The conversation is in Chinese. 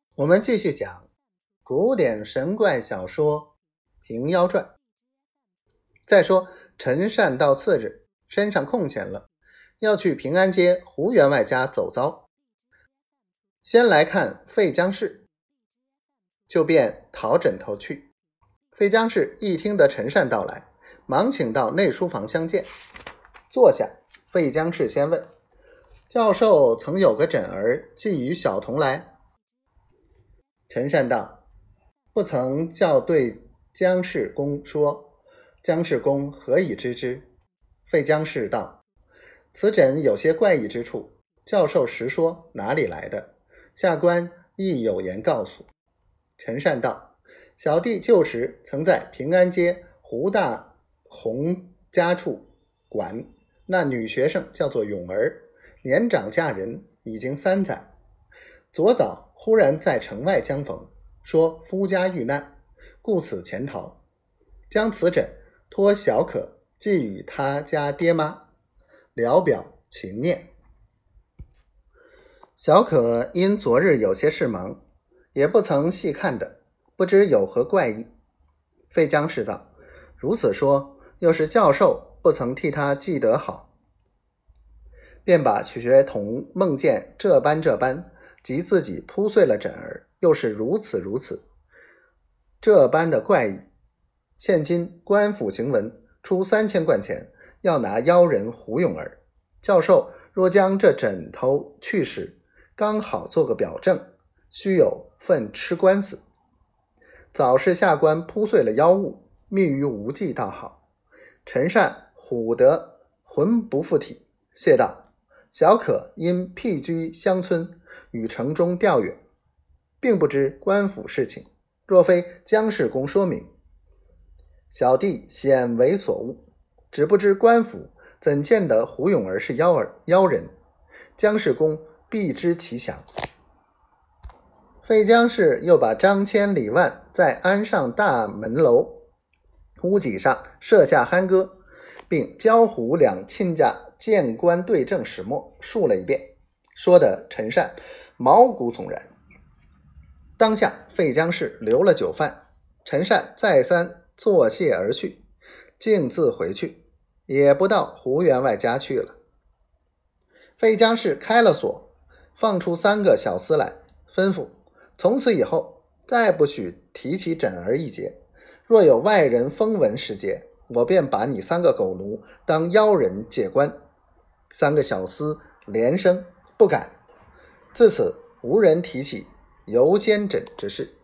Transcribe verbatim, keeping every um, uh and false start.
我们继续讲古典神怪小说《平妖传》。再说陈善道次日身上空闲了，要去平安街胡员外家走遭，先来看费江氏，就便讨枕头去。费江氏一听得陈善到来，忙请到内书房相见。坐下，费江氏先问：教授曾有个枕儿寄与小童来？陈善道：不曾教对姜氏公说，姜氏公何以知之？费姜氏道：此枕有些怪异之处，教授实说哪里来的，下官亦有言告诉。陈善道：小弟旧时曾在平安街胡大红家处管，那女学生叫做咏儿，年长嫁人已经三载，昨早忽然在城外相逢，说夫家遇难，故此潜逃，将此枕托小可寄与他家爹妈，聊表情念。小可因昨日有些事忙，也不曾细看的，不知有何怪异。费江氏道：如此说，又是教授不曾替他记得好，便把学童梦见这般这般，及自己铺碎了枕儿，又是如此如此，这般的怪异。现今官府行文出三千贯钱，要拿妖人胡咏儿，教授若将这枕头去时，刚好做个表证，须有份吃官司。早是下官铺碎了妖物，密于无忌倒好。陈善唬得魂不附体，谢道：小可因僻居乡村，与城中调远，并不知官府事情，若非姜氏公说明，小弟鲜为所误，只不知官府怎见得胡咏儿是妖儿妖人，姜氏公必知其详。费江氏又把张千李万在安上大门楼屋脊上设下酣歌，并焦胡两亲家见官对证始末述了一遍，说得陈善毛骨悚然。当下费江氏留了酒饭，陈善再三作谢而去，径自回去，也不到胡员外家去了。费江氏开了锁，放出三个小厮来，吩咐从此以后再不许提起枕儿一节，若有外人风闻时节，我便把你三个狗奴当妖人解官。三个小厮连声不敢。自此无人提起游仙枕之事。